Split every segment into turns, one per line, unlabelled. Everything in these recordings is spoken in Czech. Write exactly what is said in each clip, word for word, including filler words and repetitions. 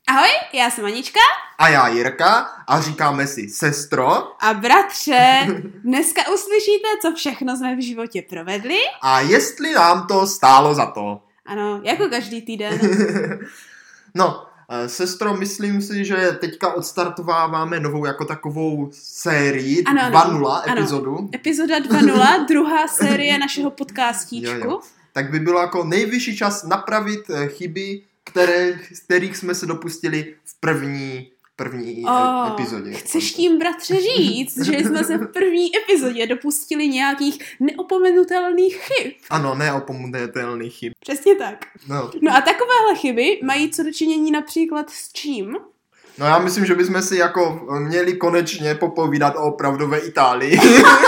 Ahoj, já jsem Anička.
A já Jirka a říkáme si sestro.
A bratře, dneska uslyšíte, co všechno jsme v životě provedli.
A jestli nám to stálo za to.
Ano, jako každý týden.
No, sestro, myslím si, že teďka odstartováváme novou jako takovou sérii
ano, ano,
dva nula
ano.
epizodu.
Epizoda dva nula, druhá série našeho podcastíčku. Jo, jo.
Tak by bylo jako nejvyšší čas napravit chyby, které, z kterých jsme se dopustili v první, první
oh,
epizodě.
Chceš tím, bratře, říct, že jsme se v první epizodě dopustili nějakých neopomenutelných chyb?
Ano, neopomenutelných chyb.
Přesně tak.
No.
no a takovéhle chyby mají co dočinění například s čím?
No já myslím, že bychom si jako měli konečně popovídat o opravdové Itálii.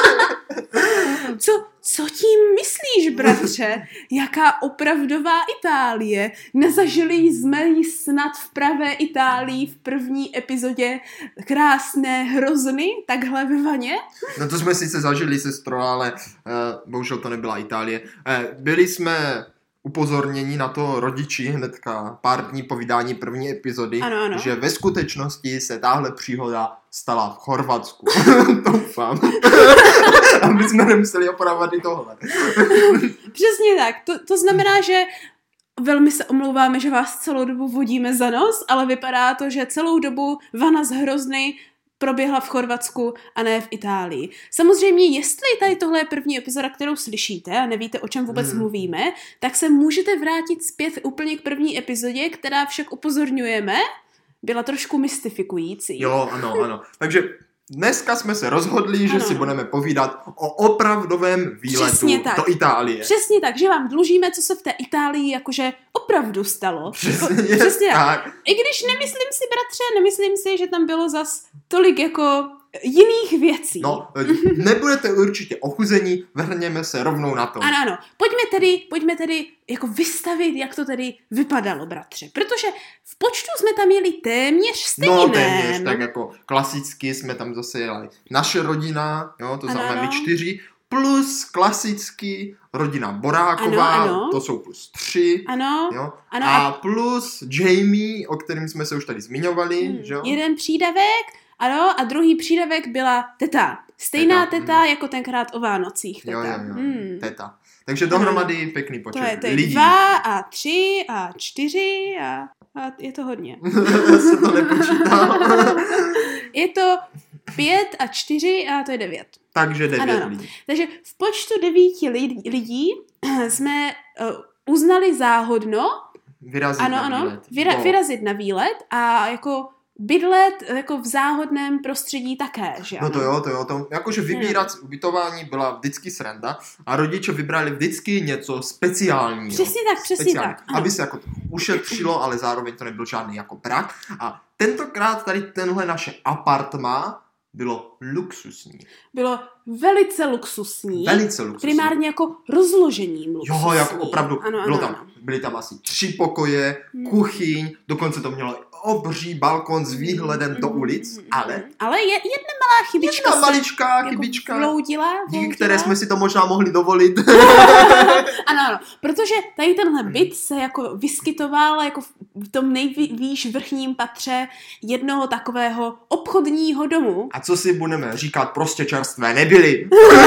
Co, co tím myslíš, bratře? Jaká opravdová Itálie? Nezažili jsme ji snad v pravé Itálii v první epizodě krásné hrozny, takhle ve vaně?
No to jsme sice zažili, sestro, ale uh, bohužel to nebyla Itálie. Uh, byli jsme upozornění na to rodiči hnedka pár dní po vydání první epizody,
ano, ano.
že ve skutečnosti se tahle příhoda stala v Chorvatsku. Doufám. Aby jsme nemuseli opravovat i tohle.
Přesně tak. To, to znamená, že velmi se omlouváme, že vás celou dobu vodíme za nos, ale vypadá to, že celou dobu vana z Hrozny proběhla v Chorvatsku a ne v Itálii. Samozřejmě, jestli tady tohle je první epizoda, kterou slyšíte a nevíte, o čem vůbec hmm. mluvíme, tak se můžete vrátit zpět úplně k první epizodě, která však upozorňujeme, byla trošku mystifikující.
Jo, ano, ano. Takže dneska jsme se rozhodli, že ano. si budeme povídat o opravdovém výletu do Itálie.
Přesně tak, že vám dlužíme, co se v té Itálii jakože opravdu stalo.
Přesně,
Přesně
tak.
tak. I když nemyslím si, bratře, nemyslím si, že tam bylo zas tolik jako jiných věcí.
No, nebudete určitě ochuzení, vrhněme se rovnou na to.
Ano, ano. Pojďme tedy, pojďme tedy jako vystavit, jak to tedy vypadalo, bratře. Protože v počtu jsme tam jeli téměř stejně.
No, téměř, tak jako klasicky jsme tam zase jeli naše rodina, jo, to znamená ano, my čtyři, plus klasicky rodina Boráková,
ano, ano.
to jsou plus tři,
ano,
jo,
ano,
a plus Jamie, o kterém jsme se už tady zmiňovali, hmm, že jo.
Jeden přídavek, ano, a druhý přídavek byla teta. Stejná teta, teta mm. jako tenkrát o Vánocích. Teta.
Jo, jo, jo,
mm.
teta. Takže dohromady pěkný počet
to je, to je
lidí.
Dva a tři a čtyři a, a je to hodně.
Se to nepočítá.
Je to pět a čtyři a to je devět.
Takže devět
ano, ano.
lidí.
Takže v počtu devíti lidí, lidí jsme uh, uznali záhodno
vyrazit
ano,
na
ano,
výlet.
Vyra,
no.
vyrazit na výlet a jako bydlet jako v záhodném prostředí také, že
ano? No to jo, to jo, to jakože vybírat no. ubytování byla vždycky sranda a rodiče vybrali vždycky něco speciálního.
Přesně tak, přesně
speciální,
tak.
Aby se jako ušetřilo, ale zároveň to nebyl žádný jako brak. A tentokrát tady tenhle naše apartma bylo luxusní.
Bylo velice luxusní.
Velice luxusní.
Primárně jako rozložením luxusní.
Jo, jako opravdu.
Ano,
bylo
ano,
tam,
ano.
Byly tam asi tři pokoje, hmm. kuchyň, dokonce to mělo obří balkon s výhledem do ulic, ale...
Ale je jedna malá chybička
Jedna maličká
jako
chybička,
vloudila,
díky
vloudila.
které jsme si to možná mohli dovolit.
Ano, ano, protože tady tenhle byt se jako vyskytoval jako v tom nejvýš vrchním patře jednoho takového obchodního domu.
A co si budeme říkat, prostě čerstvé nebyly.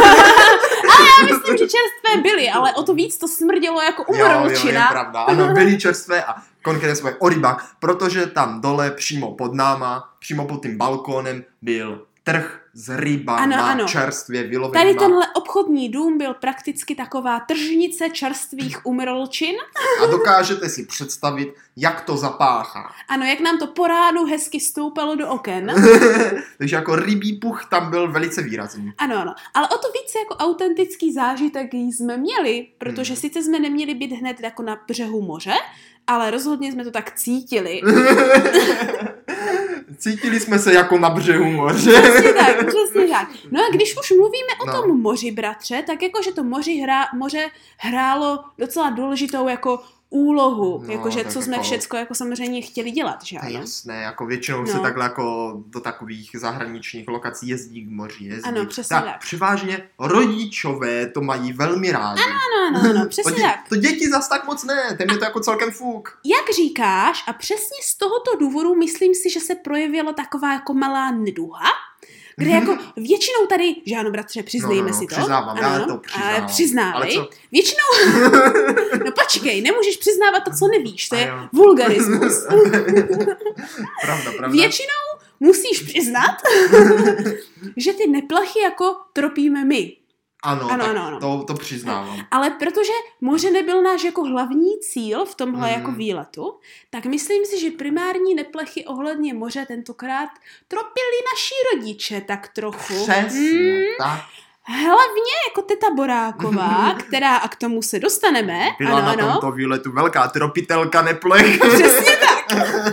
Ale já myslím, že čerstvé byly, ale o to víc to smrdělo jako umrlčina.
Jo, jo, je pravda. Ano, byly čerstvé a konkrétně jsme o rybách, protože tam dole přímo pod náma, přímo pod tím balkónem byl trh s rybama, ano, ano. čerstvě vylovenýma.
Tady tenhle obchodní dům byl prakticky taková tržnice čerstvých umrlčin.
A dokážete si představit, jak to zapáchá.
Ano, jak nám to po ránu hezky stoupalo do oken.
Takže jako rybí puch tam byl velice výrazný.
Ano, ano. Ale o to více jako autentický zážitek jsme měli, protože hmm. sice jsme neměli být hned jako na břehu moře, ale rozhodně jsme to tak cítili.
Cítili jsme se jako na břehu moře.
Přesně tak, přesně tak. No a když už mluvíme o no. tom moři, bratře, tak jakože to moři hrá, moře hrálo docela důležitou jako úlohu,
No,
jakože
tak
co jsme
jako-
všecko jako samozřejmě chtěli dělat, že
To je
ano?
jasné, jako většinou
No.
se takhle jako do takových zahraničních lokací jezdí k moři, jezdí.
Ano, přesně tak.
Převážně rodičové to mají velmi rádi.
Ano, ano, ano, přesně
to, dě-
tak.
to děti zas tak moc ne, ten je to jako celkem fuk.
Jak říkáš, a přesně z tohoto důvodu myslím si, že se projevila taková jako malá neduha, kde jako většinou tady, že ano, bratře, přiznejme
no, no, no,
si to.
Přiznávám,
ano,
já
ano,
to přiznávám.
ale přiznávej.
Ale co?
Většinou, no počkej, nemůžeš přiznávat to, co nevíš, to
A
je
jo.
vulgarismus.
Pravda, pravda.
Většinou musíš přiznat, že ty neplechy jako tropíme my.
Ano,
Ano,
tak
ano, ano.
To, to přiznávám.
Ale protože moře nebyl náš jako hlavní cíl v tomhle
Mm.
jako výletu, tak myslím si, že primární neplechy ohledně moře tentokrát tropili naši rodiče tak trochu.
Přesně,
Mm,
tak.
hlavně jako teta Boráková, která, a k tomu se dostaneme,
Byla
ano,
na
ano,
tomto výletu velká tropitelka neplech.
přesně tak.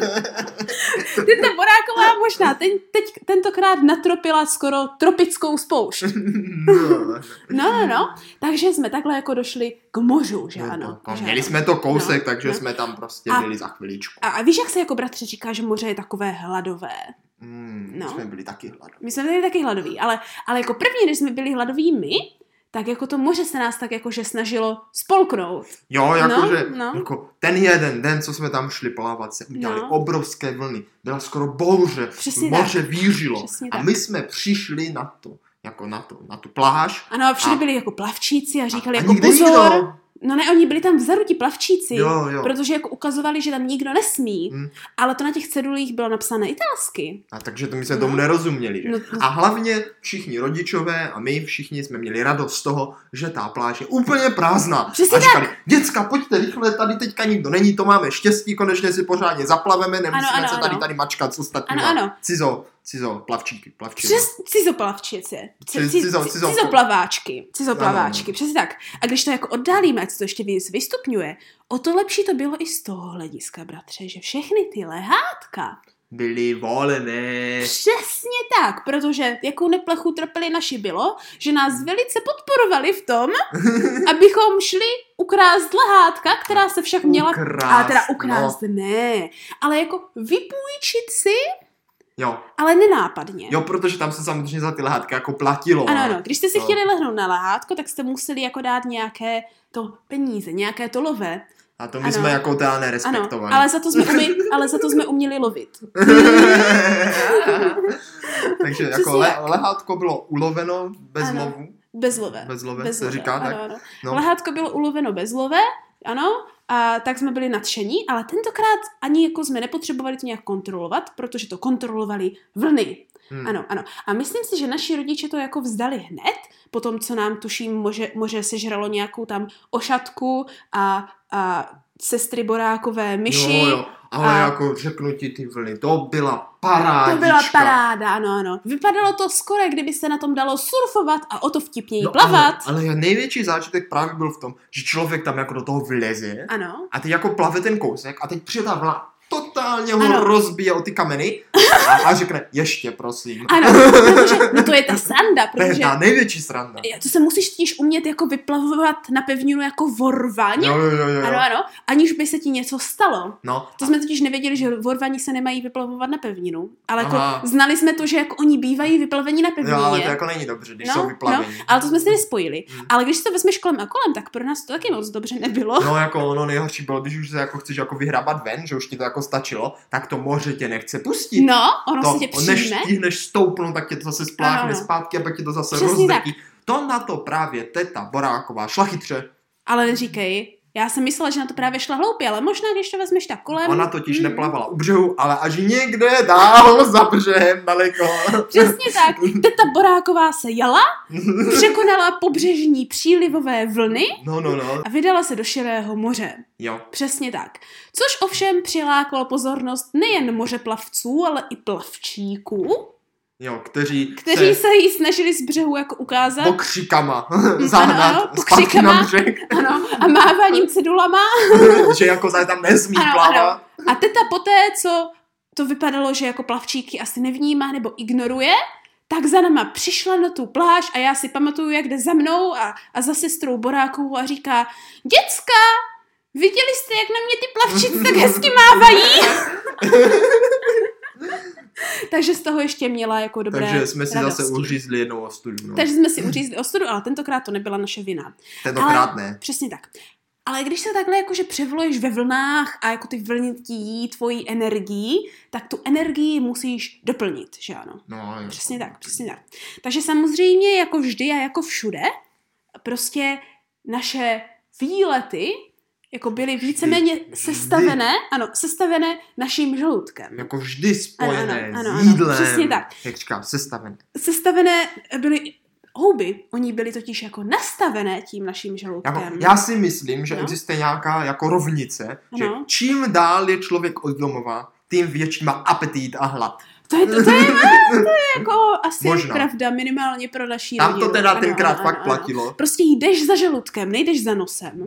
Teta Boráková možná ten, teď tentokrát natropila skoro tropickou spoušť.
No.
No, no, no, takže jsme takhle jako došli k mořu, že
No,
ano.
no,
že
měli
ano.
jsme to kousek,
No,
takže
no.
jsme tam prostě
A-
byli za chviličku.
A, a víš, jak se jako bratře říká, že moře je takové hladové?
Mm,
No.
jsme byli taky hladní.
My jsme byli taky hladoví, ale, ale jako první, když jsme byli hladoví my, tak jako to moře se nás tak jakože snažilo spolknout.
Jo, jakože
No, no.
jako ten jeden den, co jsme tam šli plavat, se udělali
No.
obrovské vlny. Byla skoro bouře,
Přesně
moře vířilo.
Přesně
A
tak.
my jsme přišli na to, jako na to, na tu pláž.
Ano, a všude
A-
byli jako plavčíci a říkali
a
jako
nikde
pozor.
nikdo.
No ne, oni byli tam vzadu ti plavčíci,
Jo, jo.
protože jako ukazovali, že tam nikdo nesmí,
Hmm.
ale to na těch cedulích bylo napsané italsky.
A takže to my jsme
No.
tomu nerozuměli. Že?
No, no.
A hlavně všichni rodičové a my všichni jsme měli radost z toho, že ta pláž je úplně prázdná.
Přesně
a říkali, děcka, pojďte rychle, tady teďka nikdo není, to máme štěstí, konečně si pořádně zaplaveme, nemusíme
Ano, ano,
se tady
ano.
tady mačkat s ostatníma.
Ano, ano.
Cizo, cizo, plavčíky, plavčíky.
Přes cizoplavčice.
Přes
Ci-
cizo-
ci-
cizo-
Cizoplaváčky. Cizoplaváčky,
Ano, ano.
přesně tak. A když to jako oddálíme, ať se to ještě víc vystupňuje, o to lepší to bylo i z toho hlediska, bratře, že všechny ty lehátka,
Byli volené.
přesně tak, protože jakou neplechu trpěli naši bylo, že nás velice podporovali v tom, abychom šli ukrást lehátka, která se však měla...
Ukrást,
ale teda ukrást
no.
ne, ale jako vypůjčit si,
Jo,
ale nenápadně.
jo, protože tam se samozřejmě za ty lehátka jako platilo.
Ano,
no.
ano, když jste si
No.
chtěli lehnout na lehátko, tak jste museli jako dát nějaké to peníze, nějaké to love.
A to my
Ano.
jsme jako teda
Ano,
nerespektovali.
ale za to jsme, umě, ale za to jsme uměli lovit.
Takže jako
Přesně
le,
tak.
lehátko bylo uloveno bez
Ano.
lovu.
Bez love.
Bez love
Bez
se
love,
říká, tak?
ano, ano.
No.
Lehátko bylo uloveno bez love, ano, a tak jsme byli nadšení, ale tentokrát ani jako jsme nepotřebovali to nějak kontrolovat, protože to kontrolovali vlny.
Hmm.
Ano, ano. A myslím si, že naši rodiče to jako vzdali hned, po tom, co nám tuším moře, moře sežralo nějakou tam ošatku a, a sestry Borákové myši.
Jo, jo, ale
A-
jako řeknu ti ty vlny, to byla parádička.
To byla paráda, ano, ano. Vypadalo to skoro, kdyby se na tom dalo surfovat a o to vtipněji plavat.
Ale, ale největší zážitek právě byl v tom, že člověk tam jako do toho vleze
Ano.
a teď jako plave ten kousek a teď přijde ta vlna, totálně ho
Ano.
rozbije o ty kameny a, a řekne, ještě prosím.
Ano, protože no to je ta sranda,
To je
protože
ta největší sranda.
to se musíš totiž umět jako vyplavovat na pevninu jako vorvaň.
Jo, jo, jo, jo.
Ano, ano, aniž by se ti něco stalo.
No,
To jsme totiž nevěděli, že vorvani se nemají vyplavovat na pevninu. Ale jako
Aha.
znali jsme to, že jako oni bývají vyplaveni na pevnině.
jo, ale to jako není dobře, když
no,
jsou
no,
vyplavení.
ale to jsme si nespojili.
Hmm.
Ale když si to vezmeš kolem a kolem, tak pro nás to taky moc dobře nebylo.
No jako ono nejhorší bylo, když už se jako chceš jako vyhrabat ven, že už ti to jako stačilo, tak to moře tě nechce pustit.
No, ono
to,
se tě
než
přijme.
stihneš stoupnout, tak tě to zase spláchne
Ano.
zpátky a pak tě to zase
Přesně
rozdrtí. To na to právě teta Boráková šla chytře.
Ale neříkej, já jsem myslela, že na to právě šla hloupě, ale možná, když to vezmeš tak kolem...
Ona totiž
Hmm.
neplavala u břehu, ale až někde dál za břehem daleko.
Přesně tak. Teta Boráková se jala, překonala pobřežní přílivové vlny
No, no, no.
a vydala se do širého moře.
Jo.
Přesně tak. Což ovšem přilákalo pozornost nejen mořeplavců, ale i plavčíků,
Jo, kteří,
kteří
se
se jí snažili z břehu jako ukázat.
pokřikama
ano,
zahnat
ano,
zpátky
pokřikama.
na břeh,
Ano, a máváním cedulama.
že jako se tam nesmí
Ano,
plavat.
ano. A teta poté, co to vypadalo, že jako plavčíky asi nevnímá nebo ignoruje, tak za náma přišla na tu pláž a já si pamatuju, jak jde za mnou a, a za sestrou Borákovou a říká, děcka, Viděli jste, jak na mě ty plavčice tak hezky mávají? Takže z toho ještě měla jako dobré
Takže jsme si
radosti.
zase uřízli jednou ostudu. No.
Takže jsme si uřízli ostudu, ale tentokrát to nebyla naše vina.
Tentokrát
ale,
ne.
Přesně tak. Ale když se takhle jakože převluješ ve vlnách a jako ty vlny ti jí tvojí energii, tak tu energii musíš doplnit, že ano?
No, jo.
Přesně tak, přesně tak. Takže samozřejmě jako vždy a jako všude, prostě naše výlety jako byly víceméně
Vždy.
sestavené, ano, sestavené naším žaludkem.
Jako vždy spojené
ano, ano, ano,
s jídlem.
ano, přesně tak.
Jak říkám, sestavené.
Sestavené byly houby, oni byli totiž jako nastavené tím naším žaludkem.
Jako, já si myslím, že
no.
existuje nějaká jako rovnice,
ano.
že čím dál je člověk od domova, tím větší má apetit a hlad.
To je, to, to je, to je jako asi Možná. pravda, minimálně pro naší
Tam
rodinu.
to teda
ano,
tenkrát
ano,
fakt
ano,
platilo.
Ano. Prostě jdeš za žaludkem, nejdeš za nosem.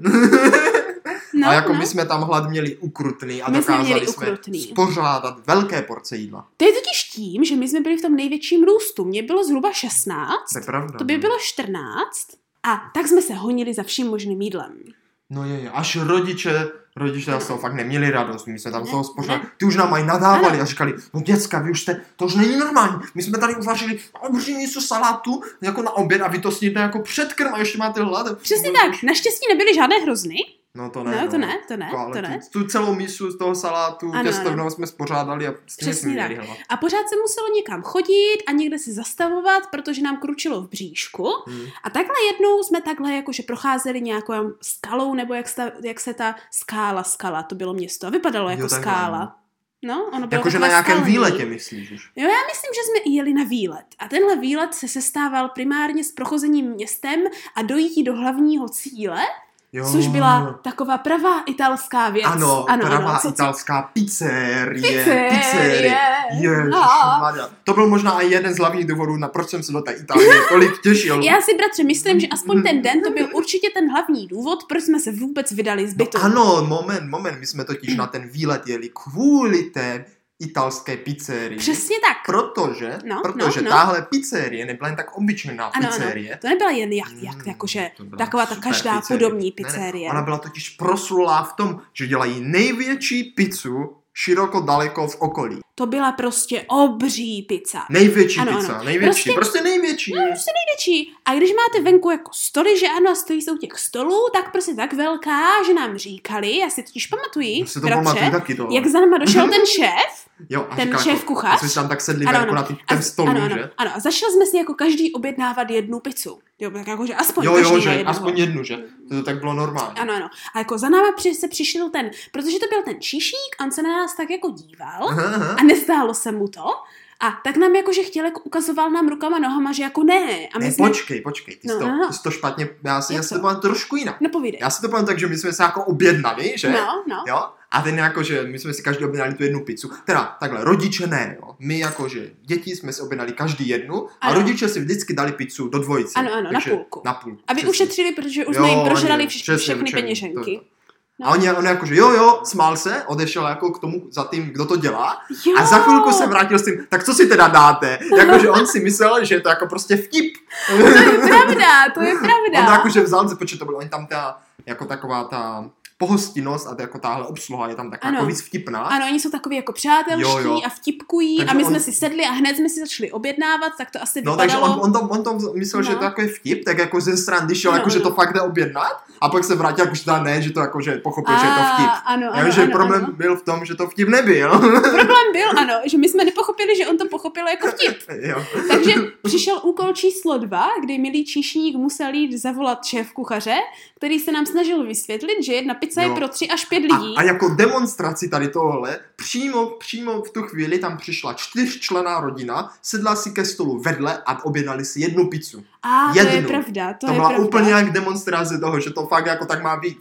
No, a jako no. my jsme tam hlad měli ukrutný a my dokázali jsme,
ukrutný.
jsme spořádat velké porce jídla.
To je totiž tím, že my jsme byli v tom největším růstu. Mně bylo zhruba šestnáct,
to je pravda,
to by
no.
bylo čtrnáct a tak jsme se honili za vším možným jídlem.
No je, je. Až rodiče, rodiče z toho fakt neměli radost, my jsme tam z toho spořádali. Ty už nám mají nadávali ano. a říkali, no děcka, vy už jste, to už není normální. My jsme tady uvařili obří mísu salátu jako na oběd a vy to sníte jako předkrm a ještě máte hlad.
Přesně tak, naštěstí nebyly žádné hrozny.
No to ne,
no, to ne, to ne,
jako,
to ne.
Tu, tu celou mísu z toho salátu těstovnou jsme spořádali a stejně jsme měli hlad.
A pořád se muselo někam chodit a někde se zastavovat, protože nám kručilo v bříšku. Hmm. A takhle jednou jsme takhle jakože procházeli nějakou skalou, nebo jak, sta, jak se ta skála, skala, to bylo město. A vypadalo jako jo, skála. No, ono bylo
jakože na nějakém skalní. Výletě, myslíš už?
Jo, já myslím, že jsme jeli na výlet. A tenhle výlet se sestával primárně s prochozením městem a dojítí do hlavního cíle, jo. Což byla taková pravá italská věc.
Ano, ano pravá ano, italská co... pizzerie. Pizzerie. pizzerie. Ježišmarja. To byl možná i jeden z hlavních důvodů, na proč jsem se do té Itálie tolik těšil.
Já si, bratře, myslím, že aspoň ten den to byl určitě ten hlavní důvod, proč jsme se vůbec vydali z bytu.
No, ano, moment, moment, my jsme totiž na ten výlet jeli kvůli té italské pizzerii.
Přesně tak.
Protože,
no,
protože
no, no.
tahle pizzerie nebyla jen tak obyčejná ano, pizzerie.
Ano. To nebyla jen jak, jak jakože taková ta každá pizzerie. Podobní pizzerie.
Ne, ne. Ona byla totiž proslulá v tom, že dělají největší pizzu široko daleko v okolí.
To byla prostě obří pizza.
Největší ano, pizza, ano. největší, prostě, prostě největší.
No, prostě největší. A když máte venku jako stoly, že ano, stojí se u těch stolů, tak prostě tak velká, že nám říkali, já si totiž pamatuji,
no, si to pamatuji taky to.
Jak za náma došel ten šéf,
jo, a
ten
říkal,
šéf
jako,
kuchař.
jsme si tam tak sedli ano, venku na tý, ten stolu,
ano,
že?
Ano, ano, a začali jsme si jako každý objednávat jednu pizzu. Jo, tak jako, že aspoň
jo,
každý
jo, že
jednu.
aspoň jednu, že? To tak bylo normální.
Ano, ano. A jako za náma při, se přišel ten, protože to byl ten číšík, on se na nás tak jako díval aha, aha. a nezdálo se mu to. A tak nám jakože chtěl, jako ukazoval nám rukama, nohama, že jako ne. A my
ne,
jsme...
počkej, počkej, ty, no, jsi, to,
no, no.
ty jsi to špatně, já si, já si to pamatuju trošku jinak.
No povídej.
Já si to pamatuju tak, že my jsme se jako objednali, že?
No, no.
Jo? A ten jako, že my jsme si každý objednali tu jednu pizzu. Teda takhle, rodiče ne, jo. My jakože děti jsme si objednali každý jednu ano. A rodiče si vždycky dali pizzu do dvojice.
Ano, ano,
takže
na půlku.
Na půlku.
Aby
přesně.
Ušetřili, protože už jsme jim prožrali vš- všechny peněženky.
To, to. No. A on, on jako, že jo, jo, smál se, odešel jako k tomu za tím, kdo to dělá.
Jo.
A za chvilku se vrátil s tím, tak co si teda dáte? Jakože on si myslel, že je to jako prostě vtip.
To je pravda, to je pravda.
On jakože vzal se, počet to bylo, oni tam ta, jako taková ta pohostinnost a jako tahle obsluha je tam taková jako víc vtipná.
Ano, oni jsou takový jako přátelští jo, jo. a vtipkují takže a my on... jsme si sedli a hned jsme si začali objednávat, tak to asi
no,
vypadalo.
Takže on, on, to, on to myslel, no. že to jako je vtip, tak jako ze strany šel, no, jako, no. že to fakt jde objednat a pak se vrátil, jako že to ne, že to jako, že pochopil, a, že je to vtip.
Ano, ano,
že
ano,
problém
ano.
byl v tom, že to vtip nebyl.
Problém byl, ano, že my jsme nepochopili, že on to pochopil jako vtip. Takže přišel úkol číslo dva, kdy milý číšník musel jít zavolat šéf kuchaře, který se nám snažil vysvětlit, že jedna pizza jo. je pro tři až pět lidí.
A, a jako demonstraci tady tohle, přímo, přímo v tu chvíli tam přišla čtyřčlenná rodina, sedla si ke stolu vedle a objednali si jednu pizzu.
A jednu. To je pravda, to,
to
je
byla
pravda.
úplně jak demonstrace toho, že to fakt jako tak má být.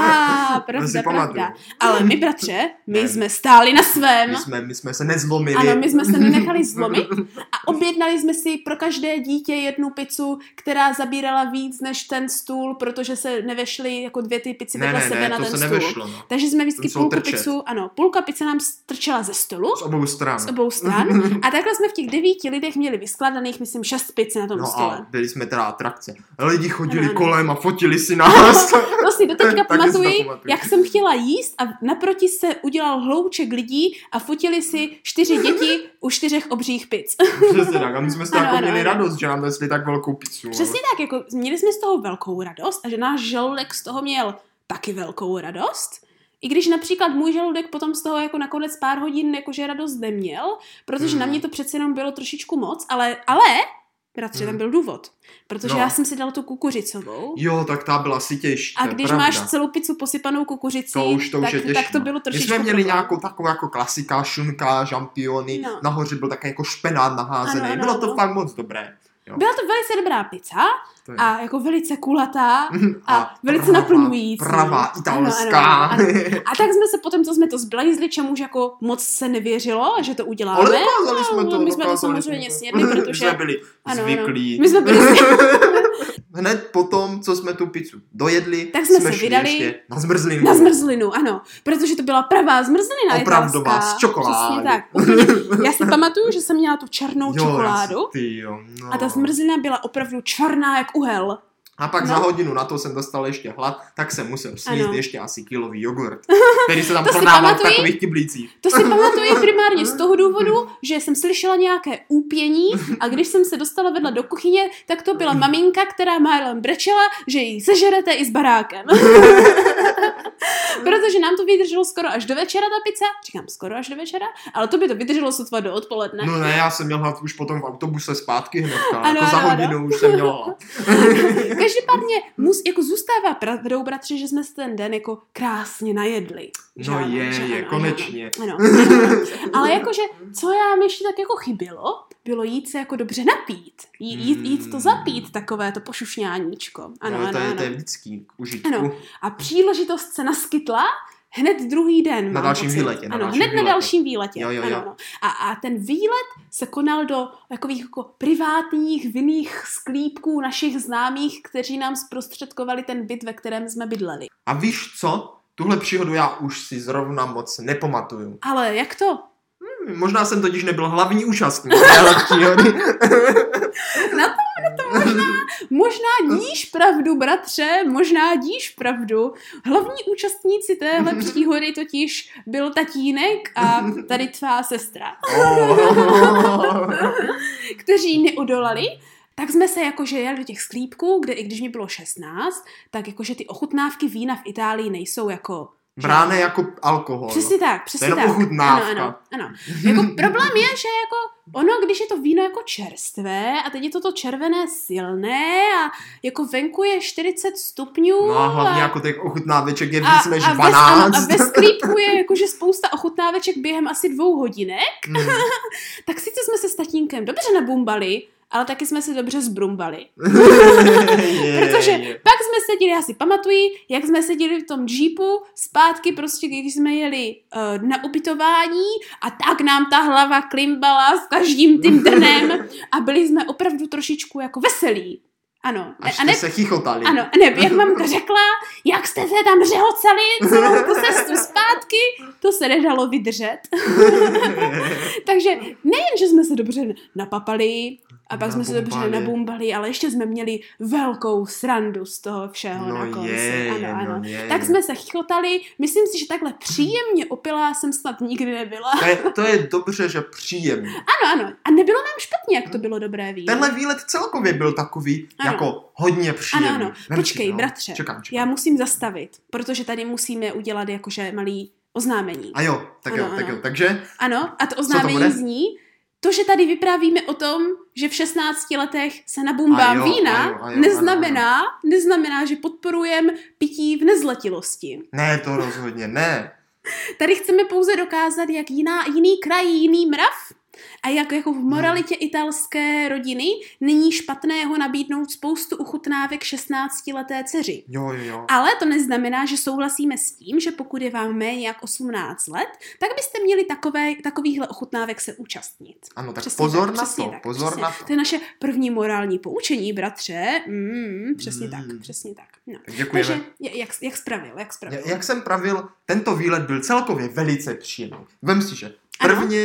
A pravda, pravda. Ale my, bratře, my ne. jsme stáli na svém.
My jsme, my jsme se nezlomili.
Ano, my jsme se nenechali zlomit a objednali jsme si pro každé dítě jednu pizzu, která zabírala víc než ten stůl, protože se nevešly jako dvě ty pizzy vedle sebe
ne,
na ten stůl.
Nevešlo, no.
Takže jsme vždycky půlku pizzu, ano, půlka pizza nám strčela ze stolu.
Z obou stran.
Z obou stran. A takhle jsme v těch devíti lidech měli vyskladaných, myslím, šest pizz na tom
no
stole.
A byli, jsme teda atrakce. Lidi chodili
ano, ano.
kolem a fotili si nás.
To si do teďka pamatuji,
pamatuji,
jak jsem chtěla jíst a naproti se udělal hlouček lidí a fotili si čtyři děti u čtyřech obřích pic.
Přesně tak, a my jsme z toho
Ano,
jako
ano,
měli
ano.
radost, že nám nesli tak velkou pizzu.
Přesně tak, jako měli jsme z toho velkou radost a že náš žaludek z toho měl taky velkou radost. I když například můj žaludek potom z toho jako nakonec pár hodin jakože radost neměl, protože
Hmm.
na mě to přece jenom bylo trošičku moc, ale, ale bratře, tam byl důvod. Protože
No.
já jsem si dala tu kukuřicovou.
Jo, tak ta byla si těžší.
A když
pravda.
máš celou pizzu posypanou kukuřicí,
To už, to už
tak,
je těžší.
tak to bylo trošičku
My jsme měli
problém.
nějakou takovou jako klasika, šunka, žampiony,
No.
nahoře byl takový jako špenát naházený,
Ano, ano,
bylo to
ano.
fakt moc dobré. Jo.
Byla to velice dobrá pizza
To je.
a jako velice kulatá a,
A
velice
pravá,
naplňující.
pravá, italská.
Ano, ano, ano. A tak jsme se potom, co jsme to zblajzli, čemuž jako moc se nevěřilo, že to uděláme.
Ale dokázali jsme to,
My jsme to
dokázali
samozřejmě
jsme to.
snědli, protože...
jsme byli
Ano,
zvyklí.
ano. My jsme byli
Hned potom, co jsme tu pizzu dojedli,
Tak jsme
jsme
se
šli
vydali
ještě na zmrzlinu.
na zmrzlinu, ano. Protože to byla pravá zmrzlina
Opravdová,
italská.
z čokolády.
Přesně tak. Úplně. Já si pamatuju, že jsem měla tu černou
Jo,
čokoládu
já si- ty jo, no.
a ta zmrzlina byla opravdu černá jak uhel.
A pak
No.
za hodinu na to jsem dostal ještě hlad, tak jsem musel sníst
Ano.
ještě asi kilový jogurt, který se tam
To si
prodával v
pamatuji?
takových kyblících.
To si pamatuju primárně z toho důvodu, že jsem slyšela nějaké úpění a když jsem se dostala vedle do kuchyně, tak to byla maminka, která málem brečela, že ji sežerete i s barákem. Protože nám to vydrželo skoro až do večera ta pizza. Říkám skoro až do večera, ale to by to vydrželo sotva do odpoledne.
No ne, já jsem měl hlad už potom v autobuse zpátky hnedka,
Ano,
jako za
ano,
hodinu
ano.
už jsem měl hlad.
Každopádně mus, jako zůstává pravdou, bratři, že jsme se ten den jako krásně najedli. Že
No
ano,
je,
že
je,
ano,
konečně.
Ano, ano, ano, ano. Ale jakože, co nám ještě tak jako chybělo, bylo jít se jako dobře napít. Jí, jít, jít to zapít, takové to pošušňáníčko. Ano,
no,
ano,
to, je,
ano.
to je vždycky k užitku.
Ano. A příležitost se naskytla hned druhý den.
Na
mám
dalším
pocit.
výletě, na
Ano,
dalším
hned
výletě.
na dalším výletě.
Jo, jo,
ano,
jo.
ano. A, a ten výlet se konal do takových jako privátních vinných sklípků našich známých, kteří nám zprostředkovali ten byt, ve kterém jsme bydleli.
A víš co? Tuhle příhodu já už si zrovna moc nepamatuju.
Ale jak to?
Hm, možná jsem totiž nebyl hlavní účastník téhle příhody.
Na to, na to možná, možná díš pravdu, bratře, možná díš pravdu. Hlavní účastníci téhle příhody totiž byl tatínek a tady tvá sestra,
Oh.
kteří neodolali. Tak jsme se jakože jeli do těch sklípků, kde i když mi bylo šestnáct, tak jakože ty ochutnávky vína v Itálii nejsou jako...
Brány jako alkohol.
Přesně tak,
To
přesně
je jenom
tak.
ochutnávka.
Ano, ano, ano. Jako problém je, že jako ono, když je to víno jako čerstvé a teď je to to červené silné a jako venku je čtyřicet stupňů
No a hlavně
a,
jako těch ochutnáveček je
a,
víc než
a, ve,
dvanáct.
ano, a ve sklípku je jakože spousta ochutnáveček během asi dvou hodinek,
Mm.
tak sice jsme se s tatínkem dobře nabumbali, ale taky jsme se dobře zbrumbali.
je,
Protože
je.
pak jsme seděli, já si pamatuji, jak jsme seděli v tom džípu, zpátky prostě, když jsme jeli uh, na ubytování a tak nám ta hlava klimbala s každým tím dnem a byli jsme opravdu trošičku jako veselí. Ano.
Až
A ne,
jste se chichotali.
ano, ne, jak mamka řekla, jak jste se tam řehocali celou tu cestu zpátky, to se nedalo vydržet. Takže nejen, že jsme se dobře napapali, a pak jsme se dobře
Nabumbali.
nabumbali, ale ještě jsme měli velkou srandu z toho všeho
No
na konci.
je,
ano, ano.
no je.
Tak jsme se chichotali, myslím si, že takhle příjemně opilá jsem snad nikdy nebyla.
To je, to je dobře, že příjemný.
Ano, ano. A nebylo nám špatně, jak to bylo dobré víno.
Tenhle výlet celkově byl takový
Ano.
jako hodně příjemný.
Ano, ano.
Vem
Počkej,
si, no.
bratře.
Čekám, čekám.
Já musím zastavit, protože tady musíme udělat jakože malý oznámení.
A jo, tak
Ano,
jo, tak
ano.
jo. Takže
Ano, a to
to
oznámení
bude?
zní, to, že tady vyprávíme o tom, že v šestnácti letech se nabumbám
A jo,
vína,
a jo, a jo,
neznamená, neznamená, že podporujeme pití v nezletilosti.
ne, to rozhodně ne.
Tady chceme pouze dokázat, jak jiná, jiný kraj, jiný mrav a jak jako v moralitě italské rodiny není špatného nabídnout spoustu uchutnávek šestnáctileté dceři.
Jo, jo, jo.
Ale to neznamená, že souhlasíme s tím, že pokud je vám méně jak osmnáct let, tak byste měli takové, takovýchhle ochutnávek se účastnit.
Ano, tak
Přesně
pozor
tak,
na
přesně
to,
tak,
pozor
přesně.
na to.
To je naše první morální poučení, bratře. Mm, přesně
Mm.
tak, přesně tak. No.
Tak děkujeme.
Takže j- jak, jak spravil, jak spravil?
Jak jsem pravil, tento výlet byl celkově velice příjemný. Vem si, že prvně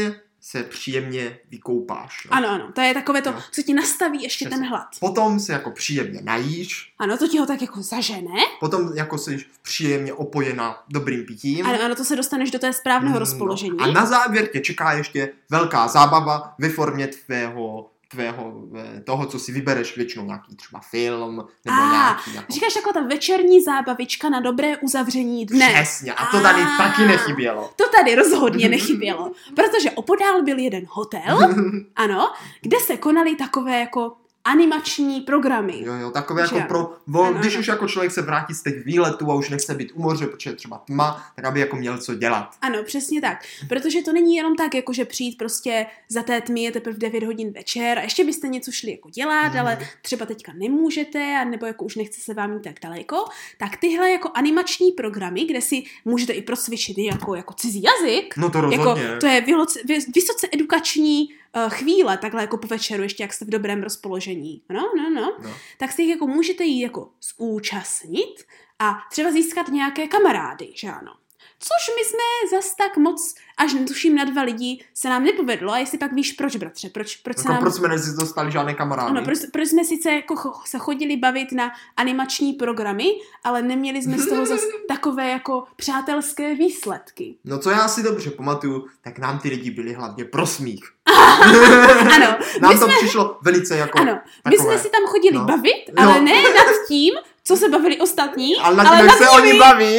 se příjemně vykoupáš.
No? Ano, ano, to je takové to,
no.
co ti nastaví ještě Přesně. ten hlad.
Potom se jako příjemně najíš.
Ano, to ti ho tak jako zažene.
Potom jako jsi příjemně opojena dobrým pitím.
Ano, ano, to se dostaneš do té správného no. rozpoložení.
A na závěr tě čeká ještě velká zábava ve formě tvého tvého, toho, co si vybereš, většinou nějaký třeba film, nebo
a,
nějaký... Jako...
Říkáš taková ta večerní zábavička na dobré uzavření dne.
Přesně, a to tady a, taky nechybělo.
To tady rozhodně nechybělo, protože opodál byl jeden hotel, ano, kde se konaly takové jako animační programy.
Jo, jo, takové jako pro, vol, ano, když ano. už jako člověk se vrátí z těch výletů a už nechce být u moře, protože je třeba tma, tak aby jako měl co dělat.
Ano, přesně tak. Protože to není jenom tak, jako že přijít prostě za té tmy je teprve devět hodin večer a ještě byste něco šli jako dělat, hmm. ale třeba teďka nemůžete, nebo jako už nechce se vám jít tak daleko, tak tyhle jako animační programy, kde si můžete i procvičit jako, jako cizí jazyk,
no to rozhodně.
Jako, to je vyloce, vysoce edukační chvíle, takhle jako po večeru, ještě jak jste v dobrém rozpoložení. No, no, no. no. Tak si jich jako můžete jít jako zúčastnit a třeba získat nějaké kamarády, že ano. Což my jsme zas tak moc, až tuším na dva lidi, se nám nepovedlo. A jestli pak víš, proč, bratře? Proč, proč,
jako
se nám...
proč jsme nedostali žádné kamarády?
Ano, proč, proč jsme sice jako se chodili bavit na animační programy, ale neměli jsme z toho zas takové jako přátelské výsledky.
No co já si dobře pamatuju, tak nám ty lidi byli hlavně pro smích.
Ano.
Nám to jsme... přišlo velice jako
Ano, my takové... jsme si tam chodili no. bavit, ale no. ne nad tím, co se bavili ostatní,
ale nad tím, jak se oni baví.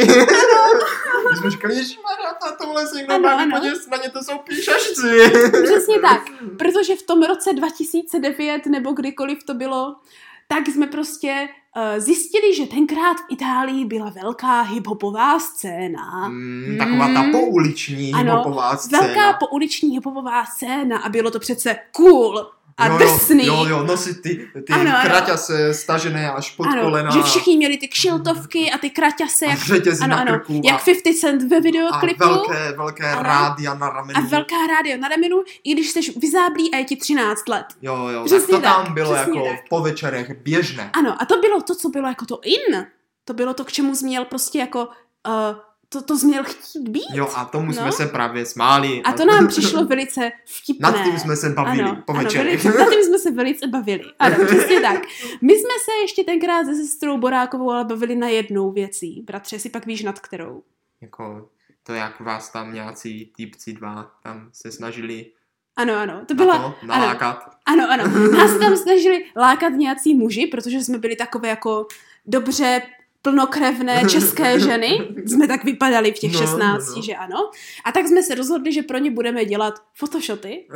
My jsme říkali, ježišmarja, na tomhle se někdo baví, podívat na ně, to jsou píšašci.
Přesně tak, protože v tom roce dva tisíce devět nebo kdykoliv to bylo, tak jsme prostě uh, zjistili, že tenkrát v Itálii byla velká hiphopová scéna.
Mm, taková ta pouliční hiphopová scéna.
Velká pouliční hiphopová scéna a bylo to přece cool a
jo,
drsný.
Jo, jo, nosit ty, ty ano, kraťase stažené až pod
ano,
kolena.
Že všichni měli ty kšiltovky a ty kraťase.
A řetězy ano, na krku.
Ano, jak fifty Cent ve videoklipu.
A velké, velké ano, rádia na ramenu.
A velká rádio na ramenu, i když jsi vyzáblý a je ti třináct let.
Jo, jo, přesně tak to tam tak, bylo jako tak. Po večerech běžné.
Ano, a to bylo to, co bylo jako to in. To bylo to, k čemu jsi měl prostě jako... Uh, To, to jsi měl chtít být.
Jo, a tomu no? jsme se právě smáli.
A to nám přišlo velice vtipné.
Nad tím jsme se bavili ano, po večerech.
Ano, nad tím jsme se velice bavili. Ano, přesně tak. My jsme se ještě tenkrát se sestrou Borákovou ale bavili na jednou věcí. Bratře, si pak víš nad kterou.
Jako to, jak vás tam nějací týpci dva tam se snažili
ano, ano. To byla,
na to, nalákat.
Ano, ano. ano. Nás se tam snažili lákat nějací muži, protože jsme byli takové jako dobře plnokrevné české ženy. Jsme tak vypadali v těch no, šestnácti, no. že ano. A tak jsme se rozhodli, že pro ně budeme dělat photoshoty.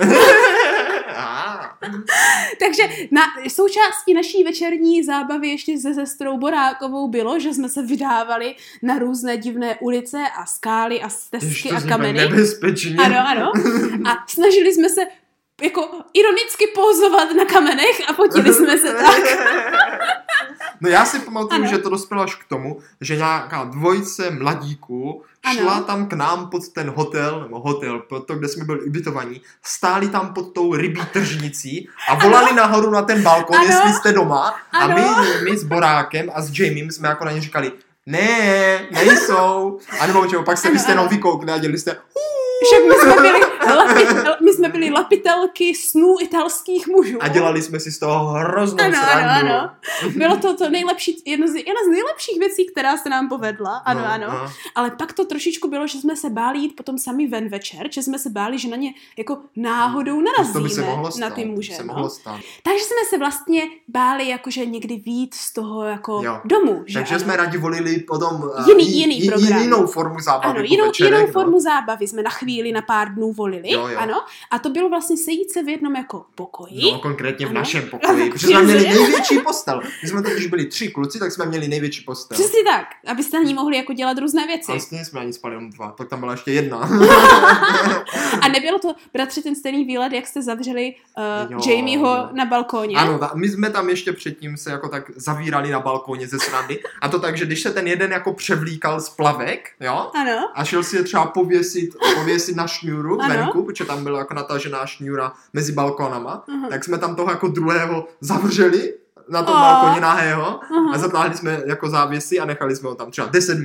Takže na součástí naší večerní zábavy ještě se sestrou Borákovou bylo, že jsme se vydávali na různé divné ulice a skály a stezky a kameny.
Nebezpečně.
Ano, ano. A snažili jsme se jako ironicky pózovat na kamenech a fotili jsme se tak.
No já si pamatuju, že to dospělo až k tomu, že nějaká dvojice mladíků šla ano. tam k nám pod ten hotel, nebo hotel, pod to, kde jsme byli ubytovaní, stáli tam pod tou rybí tržnicí a volali ano. nahoru na ten balkon, ano. jestli jste doma. Ano. A my, my s Borákem a s Jamiem jsme jako na ně říkali, ne, nejsou. A nebo čeho, pak jste ano, vy jste jenom vykoukli a dělali jste
však my jsme byli, lapi, my jsme byli lapitelky snů italských mužů.
A dělali jsme si z toho hroznou
ano,
srandu.
Ano, ano. Bylo to to nejlepší, jedno z, jedna z nejlepších věcí, která se nám povedla. Ano, no, ano. No. Ale pak to trošičku bylo, že jsme se báli jít potom sami ven večer, že jsme se báli, že na ně jako náhodou narazíme
to by se mohlo stát,
na ty muže.
Se
no.
mohlo stát.
Takže jsme se vlastně báli jakože někdy vyjít z toho jako
jo.
domu. Že
Takže
ano.
jsme rádi volili potom
jiný, jiný program.
jinou formu zábavy.
Ano, jinou,
večerech,
jinou
no.
formu zábavy jsme na chvíli, na pár dnů volili,
jo, jo.
ano, a to bylo vlastně sejít se v jednom jako pokoji.
No, konkrétně v ano. našem pokoji, protože jsme měli největší postel. My jsme totiž byli tři kluci, tak jsme měli největší postel.
Přesně tak, abyste na ní mohli jako dělat různé věci.
A vlastně jsme ani spali jenom dva, tak tam byla ještě jedna.
A nebylo to, bratři, ten stejný výlet, jak jste zavřeli uh, Jamieho na balkóně?
Ano, ta, my jsme tam ještě předtím se jako tak zavírali na balkóně ze srandy. A to tak, že když se ten jeden jako převlíkal z plavek, jo?
Ano.
A šel si je třeba pověsit, pověsit na šňůru ano. venku, protože tam byla jako natažená šňůra mezi balkónama, uh-huh. tak jsme tam toho jako druhého zavřeli na tom oh. balkóně nahého uh-huh. a zatáhli jsme jako závěsy a nechali jsme ho tam třeba deset minut.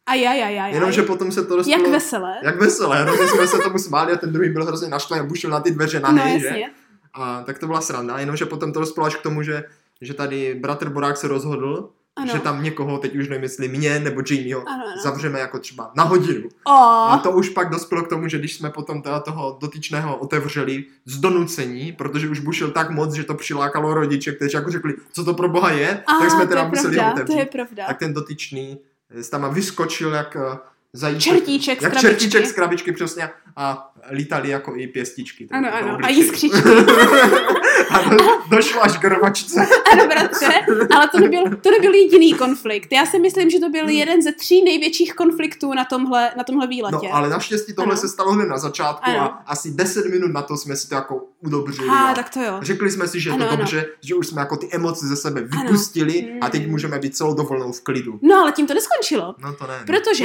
Ajajajaj.
Jenomže potom se to dostalo...
Jak veselé.
Jak veselé, no my jsme se tomu smáli a ten druhý byl hrozně naštvaný a bušil na ty dveře na něj,
no,
že? A tak to byla sranda, jenomže potom to dospělo až k tomu, že, že tady bratr Borák se rozhodl, ano. že tam někoho, teď už nevím, jestli mě nebo Jamieho, ano, ano. zavřeme jako třeba na hodinu.
Oh.
A to už pak dospělo k tomu, že když jsme potom teda toho dotyčného otevřeli z donucení, protože už bušil tak moc, že to přilákalo rodiče, kteří jako řekli, co to pro boha je,
Aha,
tak jsme teda museli
pravda,
ho otevřít.
To je pravda.
Tak ten dotyčný tam vyskočil jak zajíček,
čertíček
jak
z krabičky.
čertíček z krabičky, přesně, a lítali jako i pěstičky.
Ano, ano, a jiskřičky.
A do, došlo až k rvačce.
Ano, bratře, ale to nebyl, to nebyl jediný konflikt. Já si myslím, že to byl jeden ze tří největších konfliktů na tomhle, na tomhle výletě.
No, ale naštěstí tohle ano. se stalo hned na začátku ano. a asi deset minut na to jsme si to jako udobřili.
A, tak to jo.
Řekli jsme si, že
ano,
je to
ano.
dobře, že už jsme jako ty emoce ze sebe vypustili ano. a teď můžeme být celou dovolenou v klidu.
No, ale tím to neskončilo.
No to ne.
Protože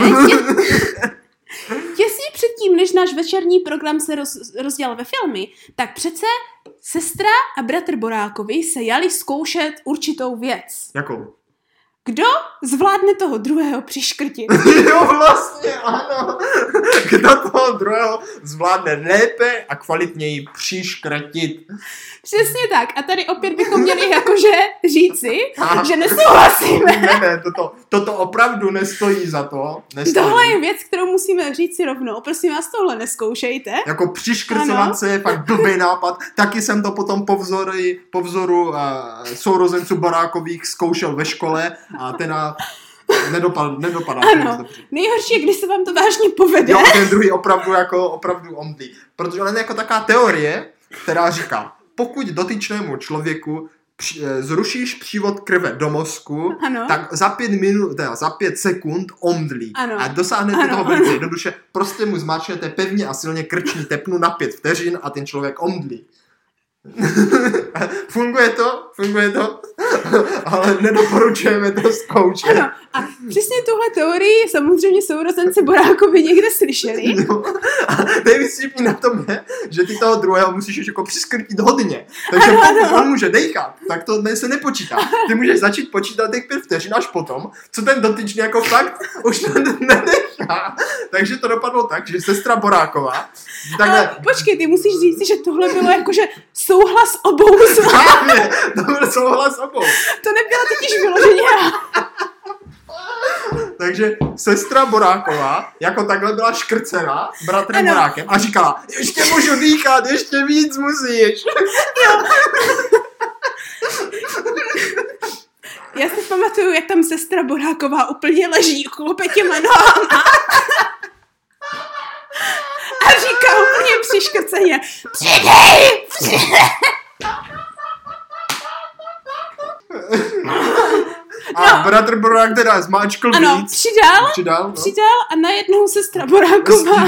těsně předtím, než náš večerní program se roz, rozdělal ve filmy, tak přece sestra a bratr Borákovi se jali zkoušet určitou věc.
Jakou?
Kdo zvládne toho druhého přiškrtit?
Jo, vlastně, ano. Kdo toho druhého zvládne lépe a kvalitněji přiškrtit.
Přesně tak. A tady opět bychom měli jakože říci, a že nesouhlasíme.
Ne, ne, toto, toto opravdu nestojí za to. Nestojí.
Tohle je věc, kterou musíme říci rovnou. Prosím vás, tohle neskoušejte.
Jako přiškrcovat se je fakt blbý nápad. Taky jsem to potom po, vzory, po vzoru uh, sourozenců Borákových zkoušel ve škole a teda nedopad, nedopadá.
Ano, nejhorší je, když se vám to vážně povede.
Jo, ten druhý opravdu jako opravdu omdlí. Protože on je jako taková teorie, která říká, pokud dotyčnému člověku při, zrušíš přívod krve do mozku,
ano.
tak za pět minut, teda za pět sekund omdlí.
Ano.
A dosáhnete
ano,
toho velice
ano.
jednoduše, prostě mu zmáčknete pevně a silně krční tepnu na pět vteřin a ten člověk omdlí. Funguje to, funguje to, ale nedoporučujeme to zkoušet.
Ano, a přesně tuhle teorii samozřejmě sourozenci Borákovi někde slyšeli.
No, a nejvíc na tom je, že ty toho druhého musíš už jako přiskrtit hodně. Takže
ano,
pokud
ano.
on může dejchat, tak to se nepočítá. Ty můžeš začít počítat těch pět vteřin až potom, co ten dotyčný jako fakt už to nedechá. Takže to dopadlo tak, že sestra Boráková takhle...
Ale počkej, ty musíš říct, že tohle bylo jakože souhlas obou z vás.
Právě, to byl souhlas obou.
To nebyla totiž vyloženě.
Takže sestra Boráková jako takhle byla škrcena bratrem
ano.
Borákem a říkala, ještě můžu dýchat, ještě víc musíš.
Jo. Já si pamatuju, jak tam sestra Boráková úplně leží klope těma nohama. A říká úplně přiškrceně, přidej, přidej.
A
no.
bratr Borák teda zmáčkl
ano,
víc.
přidal,
přidal, no.
přidal a najednou sestra Boráková.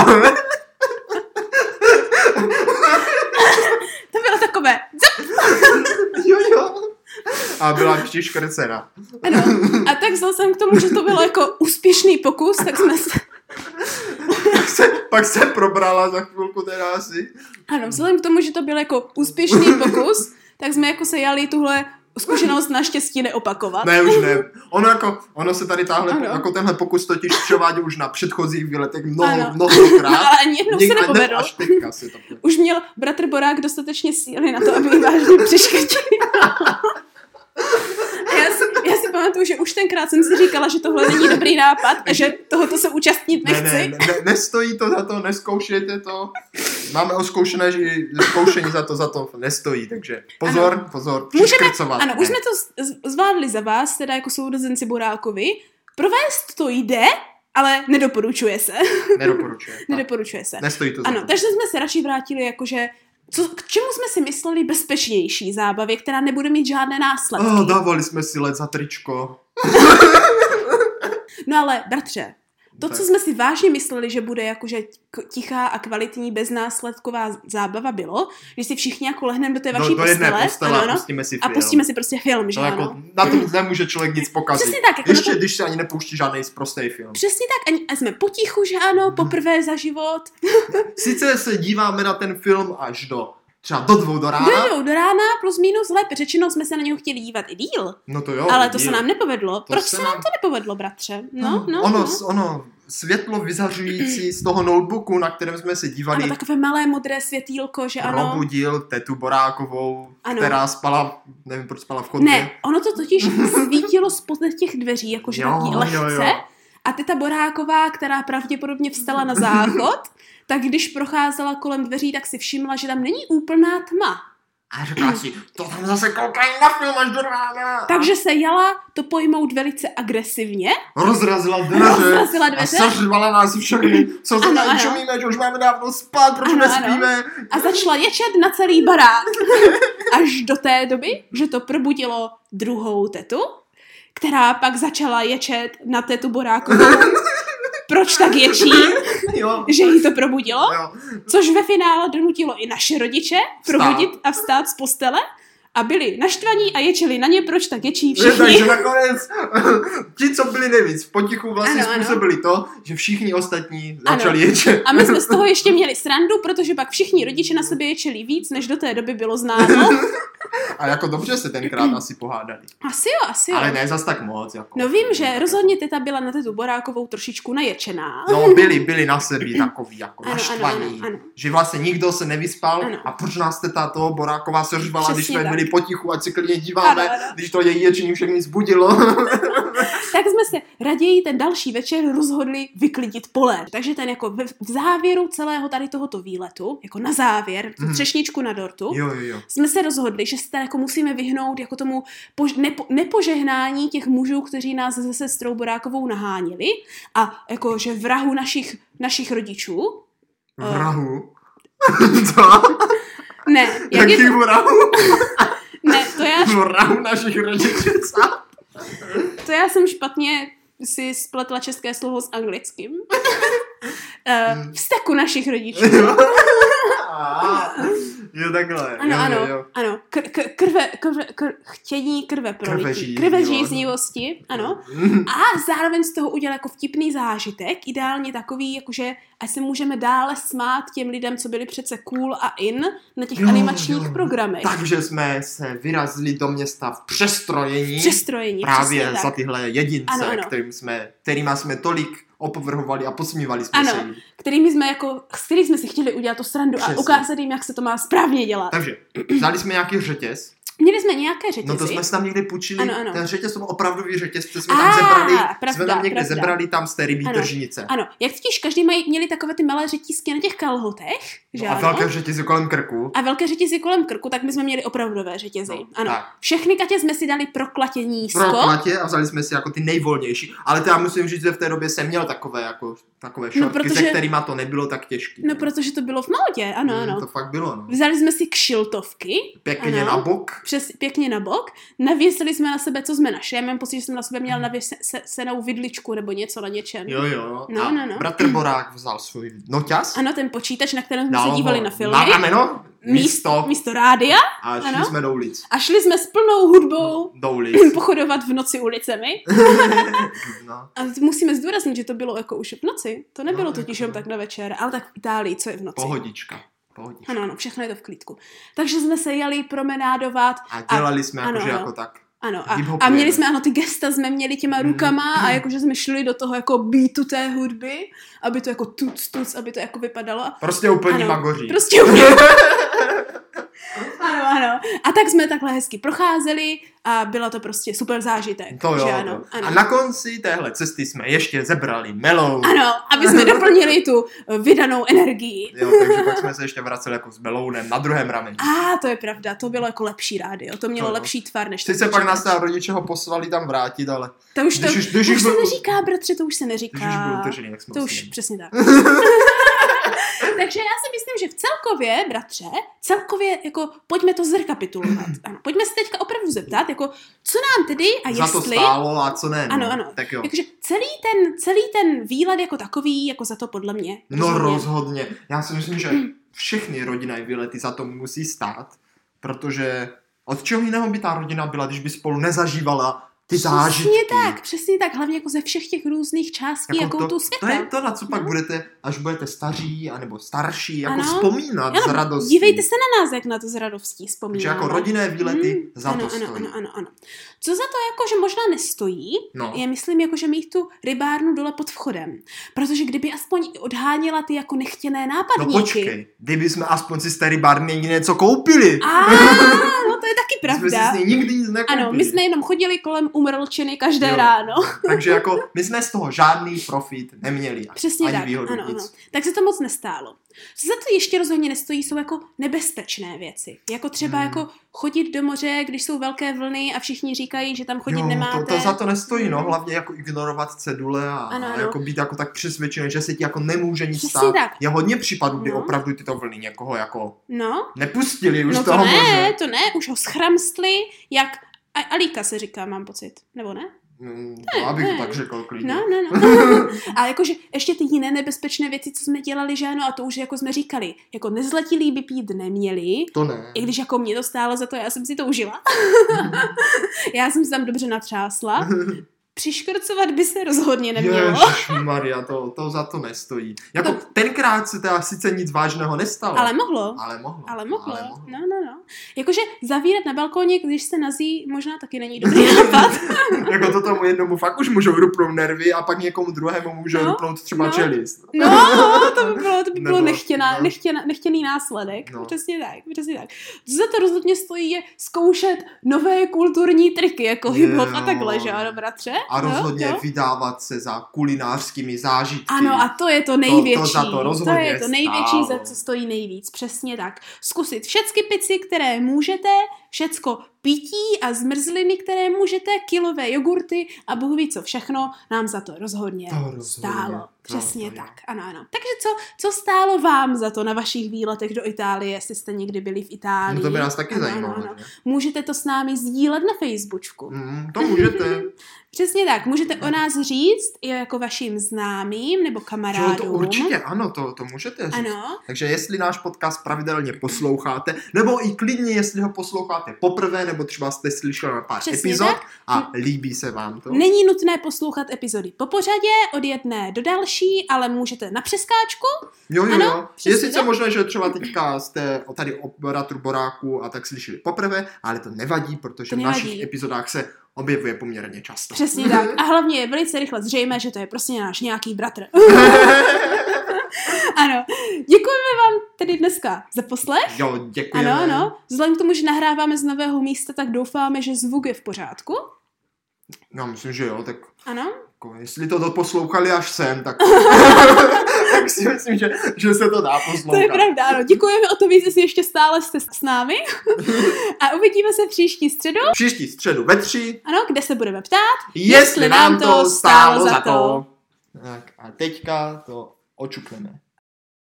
To bylo takové.
Jo, jo. A byla přiškrcena.
Ano. A tak vzhledem k tomu, že to bylo jako úspěšný pokus, tak jsme se...
pak, se, pak se probrala za chvilku teda asi.
Ano, vzhledem k tomu, že to byl jako úspěšný pokus, tak jsme jako se jali tuhle zkušenost naštěstí neopakovat.
Ne, už ne. Ono, jako, ono se tady táhle,
ano.
jako tenhle pokus totiž převádí už na předchozích výletech mnoho,
ano.
mnohokrát.
No, ale ani jednou
Někde,
se nepovedlo.
Až teďka se to
už měl bratr Borák dostatečně síly na to, aby ji vážně přiškrtil. Já si, já si pamatuju, že už tenkrát jsem si říkala, že tohle není dobrý nápad a že tohoto se účastnit nechci.
Ne, ne, ne, nestojí to za to, neskoušejte to. Máme oskoušené, že zkoušení za to, za to nestojí, takže pozor, ano. pozor, přiškrcovat.
Ano, už jsme to zvládli za vás, teda jako sourozenci Borákovi. Provést to jde, ale nedoporučuje se.
Nedoporučuje.
Nedoporučuje se.
Nestojí to za
ano,
to.
takže jsme se radši vrátili jakože Co, k čemu jsme si mysleli bezpečnější zábavě, která nebude mít žádné následky?
Oh, dávali jsme si let za tričko.
No ale, bratře, to, tak. co jsme si vážně mysleli, že bude jakože tichá a kvalitní beznásledková zábava bylo, když si všichni jako lehneme do té vaší
do, do
postele,
postele ano, a pustíme si film.
A pustíme si prostě film, že
to
ano?
Jako, na tom nemůže člověk nic pokazit.
Přesně tak. Jako
Ještě
to...
když se ani nepouští žádný prostý film.
Přesně tak. A jsme potichu, že ano, poprvé za život.
Sice se díváme na ten film až do třeba do dvou do rána.
Do dvou do rána plus minus lépe řečeno jsme se na něho chtěli dívat i díl.
No to jo.
Ale to
díl.
se nám nepovedlo.
To
Proč
se
se
nám...
nám to nepovedlo, bratře? No, no,
ono,
no.
ono, světlo vyzařující z toho notebooku, na kterém jsme se dívali.
Ano, takové malé modré světýlko, že ano.
Probudil tetu Borákovou,
ano.
která spala, nevím proč spala v chodbě.
Ne, ono to totiž svítilo spod těch dveří, jakože taky lehce. Jo, jo. A teta Boráková, která pravděpodobně vstala na záchod, tak když procházela kolem dveří, tak si všimla, že tam není úplná tma.
A řekla si, to tam zase koukají na film až do rána.
Takže se jala to pojmout velice agresivně.
Rozrazila dveře.
Rozrazila dveře.
A seřvala nás všechny. Co to tady čumíme, že už máme dávno spát, proč nespíme.
A začala ječet na celý barák. Až do té doby, že to probudilo druhou tetu, která pak začala ječet na tetu Borákovou. Proč tak ječí? Jo. Že jí to probudilo. Jo. Což ve finále donutilo i naše rodiče probudit a vstát z postele. A byli naštvaní a ječeli na ně, proč tak ječí všichni.
Takže nakonec ti, co byli nejvíc v potichu, vlastně ano, způsobili ano. to, že všichni ostatní začali ano. ječet.
A my jsme z toho ještě měli srandu, protože pak všichni rodiče na sebe ječeli víc, než do té doby bylo známo.
A jako dobře se tenkrát asi pohádali.
Asi jo, asi jo.
Ale ne zas tak moc. Jako.
No vím, že rozhodně teta byla na tetu Borákovou trošičku naječená.
No byli, byli na sebe takový jako ano, naštvaní. Ano, ano, ano. Že vlastně nikdo se nevyspal ano. a proč nás teta toho Boráková se řvala, když jsme tak. byli potichu, ať si klidně díváme, ano, ano. když to její ječení všechny zbudilo.
Tak jsme se raději ten další večer rozhodli vyklidit pole. Takže ten jako v závěru celého tady tohoto výletu, jako na závěr, tu třešničku na dortu,
jo, jo, jo.
jsme se rozhodli, že se jako musíme vyhnout jako tomu pož- nepo- nepožehnání těch mužů, kteří nás se sestrou Borákovou nahánili a jako, že vrahu našich, našich rodičů.
Vrahu? Co?
Ne. Jak
Jaký
je to?
vrahu?
Ne, to já...
Vrahu našich rodičů, co?
To já jsem špatně si spletla české slovo s anglickým. uh, vzteku našich rodičů.
Jo, takhle.
Ano,
jo,
ano,
jo, jo.
ano. K- k- krve, krve, krve, chtění krve prolití. Krve žíznivosti, ano. A zároveň z toho udělal jako vtipný zážitek, ideálně takový, jakože ať se můžeme dále smát těm lidem, co byli přece cool a in na těch
jo,
animačních
jo.
programech.
Takže jsme se vyrazili do města v přestrojení.
V přestrojení,
právě za tyhle jedince,
ano, ano.
Kterým jsme, kterýma jsme tolik opovrhovali a posmívali jsme
ano,
se jim.
Kterými jsme jako, s kterými jsme si chtěli udělat tu srandu
Přesně.
a ukázat jim, jak se to má správně dělat.
Takže vzali jsme nějaký řetěz.
Měli jsme nějaké řetězy.
No to jsme si tam někdy půjčili,
ano, ano.
ten řetěz to byl opravdový řetěz, jsme tam
ah,
zebrali,
pravda,
jsme tam někde
pravda.
zebrali tam z té rybí
ano,
tržnice.
Ano, jak totiž každý mají, měli takové ty malé řetízky na těch kalhotech, že
no a
ano?
velké řetězy kolem krku.
A velké řetězy kolem krku, tak my jsme měli opravdové řetězy.
No,
ano.
Tak.
Všechny Katě jsme si dali proklatě nízko.
Proklatě a vzali jsme si jako ty nejvolnější. Ale to já musím říct, že v té době jsem měl takové jako takové šortky, no, protože... se kterýma to nebylo tak těžký.
No, protože to bylo v módě, ano,
hmm,
ano.
To fakt bylo, no.
Vzali jsme si kšiltovky.
Pěkně
ano,
na bok.
Přes, pěkně na bok. Navěsili jsme na sebe, co jsme našli. Já mám pocit, že jsem na sebe měl navěsenou vidličku nebo něco na něčem.
Jo, jo.
No,
a
no, no.
bratr Borák vzal svůj noťaz.
Ano, ten počítač, na kterém jsme
Dalo
se dívali
ho
na filmy.
Na rameno, místo.
Místo rádia.
A šli
ano.
jsme do ulic.
A šli jsme s plnou hudbou
do ulic.
pochodovat v noci ulicemi. no. A musíme zdůraznit, že to bylo jako už v noci. To nebylo no, totiž jen tak na večer, ale tak v Itálii, co je v noci.
Pohodička. Pohodička.
Ano, ano, všechno je to v klídku. Takže jsme se jeli promenádovat.
A dělali a, jsme
ano,
jakože
ano.
jako tak.
Ano, a, a měli jsme, ano, ty gesta jsme měli těma rukama a jakože jsme šli do toho jako beatu té hudby, aby to jako tuc, tuc, aby to jako vypadalo.
Prostě úplně magoří.
Prostě úplně. Ano, ano. A tak jsme takhle hezky procházeli a byla to prostě super zážitek.
To jo,
že ano, ano.
A na konci téhle cesty jsme ještě zebrali melou.
Ano, aby jsme doplnili tu vydanou energii.
Jo, takže pak jsme se ještě vraceli jako s melounem na druhém rameni.
A to je pravda, to bylo jako lepší rádio, to mělo
to
lepší tvar než
Sice pak nás ta rodiče ho poslali tam vrátit, ale...
To už, to,
když už, když
už
už
se
byl...
neříká, bratře, to už se neříká.
Když už byl utržený, jak jsme
To už, přesně tak. Takže já si myslím, že v celkově, bratře, celkově, jako, pojďme to zrekapitulovat. Ano, pojďme se teďka opravdu zeptat, jako, co nám tedy a
za
jestli...
Za to stálo a co ne. No.
Ano, ano.
Tak jo.
Jakože celý ten, celý ten výlet jako takový, jako za to podle mě.
No rozhodně. rozhodně. Já si myslím, že všechny rodinné výlety za to musí stát, protože od čeho jiného by ta rodina byla, když by spolu nezažívala ty zážitky.
Přesně tak, přesně tak, hlavně jako ze všech těch různých částí, jako, jako
to,
tu světa.
To je to, na co pak
no. budete,
až budete staří, anebo starší, jako
ano.
vzpomínat ano, z radostí.
Dívejte se na nás, jak na to z radostí vzpomínáme.
Že jako rodinné výlety hmm, za
ano,
to stojí.
Ano, ano, ano, ano. Co za to jako, že možná nestojí,
no.
je myslím jako, že mít tu rybárnu dole pod vchodem. Protože kdyby aspoň odháněla ty jako nechtěné nápadníky.
No počkej, kdyby jsme aspoň si z té rybárny něco koupili.
A, no to je taky pravda.
My jsme si s ní nikdy nic nekoupili.
Ano, my jsme jenom chodili kolem umrlčiny každé
jo.
ráno.
Takže jako my jsme z toho žádný profit neměli.
Přesně
ani
tak,
výhodu,
ano,
nic.
ano. Tak se to moc nestálo. Co za to ještě rozhodně nestojí, jsou jako nebezpečné věci. Jako třeba hmm. jako chodit do moře, když jsou velké vlny a všichni říkají, že tam chodit
jo,
nemáte.
To, to za to nestojí, no, hlavně jako ignorovat cedule a,
ano, ano.
a jako být jako tak přesvědčený, že se ti jako nemůže nic
Přesně
stát.
Tak.
Je hodně případů, kdy
no.
opravdu tyto vlny někoho jako
no.
nepustili už
no
toho
to ne,
moře.
to ne, už ho schramstli, jak a Alíka se říká, mám pocit, nebo ne?
Mm, no, abych ne. to tak řekl klidně.
No, no, no. Ale jakože ještě ty jiné nebezpečné věci, co jsme dělali, že ano, a to už jako jsme říkali, jako nezletilí by pít neměli.
To ne.
I když jako mě to stálo za to, já jsem si to užila. Já jsem se tam dobře natřásla. Přiškrcovat by se rozhodně nemělo.
Ježišmarja, to, to za to nestojí. Jako to... tenkrát se teda sice nic vážného nestalo.
Ale mohlo.
Ale mohlo.
Ale mohlo.
Ale mohlo.
No, no, no. Jakože zavírat na balkóně, když se nazí, možná taky není dobrý nápad.
Jako to tomu jednomu fakt už můžou rupnout nervy a pak někomu druhému může
no,
rupnout třeba
no.
čelist.
No, to by bylo, to by bylo
Nebo,
nechtěná,
no.
nechtěná, nechtěný následek.
No.
Přesně tak, přesně tak. Co za to rozhodně stojí, je zkoušet nové kulturní triky, jako hip-hop a takhle, že ano, bratře?
A rozhodně
no, no.
vydávat se za kulinářskými zážitky.
Ano, a to je to největší.
To, to, za to, rozhodně
to je to největší,
stálo.
za co stojí nejvíc. Přesně tak. Zkusit všechny pici, které můžete, všecko pití a zmrzliny, které můžete, kilové jogurty a Bůh ví co všechno, nám za to rozhodně,
to rozhodně
stálo. Přesně
to,
tak. Ano, ano. Takže co, co stálo vám za to na vašich výletech do Itálie, jestli jste někdy byli v Itálii?
No to by nás taky
ano,
zajímalo.
Ano, ano. Můžete to s námi sdílet na Facebooku.
Mm, to můžete.
Přesně tak. Můžete o nás říct i jako vašim známým nebo kamarádům.
Jo, to určitě, ano, to, to můžete říct.
Ano.
Takže jestli náš podcast pravidelně posloucháte, nebo i klidně, jestli ho posloucháte poprvé, nebo třeba jste slyšeli na pár
Přesně
epizod
tak.
a líbí se vám to.
Není nutné poslouchat epizody po pořadě, od jedné do další, ale můžete na přeskáčku.
Jo, jo,
ano,
jo. Je sice
tak?
možné, že třeba teďka jste tady o bratru Boráku a tak slyšeli poprvé, ale to nevadí, protože
to
v
nevadí.
našich epizodách se objevuje poměrně často.
Přesně tak. A hlavně je velice rychle zřejmé, že to je prostě náš nějaký bratr. Ano. Děkujeme vám tedy dneska za poslech.
Jo, děkujeme.
Ano, ano. Vzhledem k tomu, že nahráváme z nového místa, tak doufáme, že zvuk je v pořádku.
No, myslím, že jo, tak
ano.
Jako, jestli to doposlouchali až sem, tak, tak si myslím, že, že se to dá poslouchat.
To je pravda, ano. Děkujeme o to víc, jestli ještě stále jste s námi. A uvidíme se příští středu.
Příští středu ve tři.
Ano, kde se budeme ptát,
jestli nám to stálo za to. Tak a teďka to očukneme.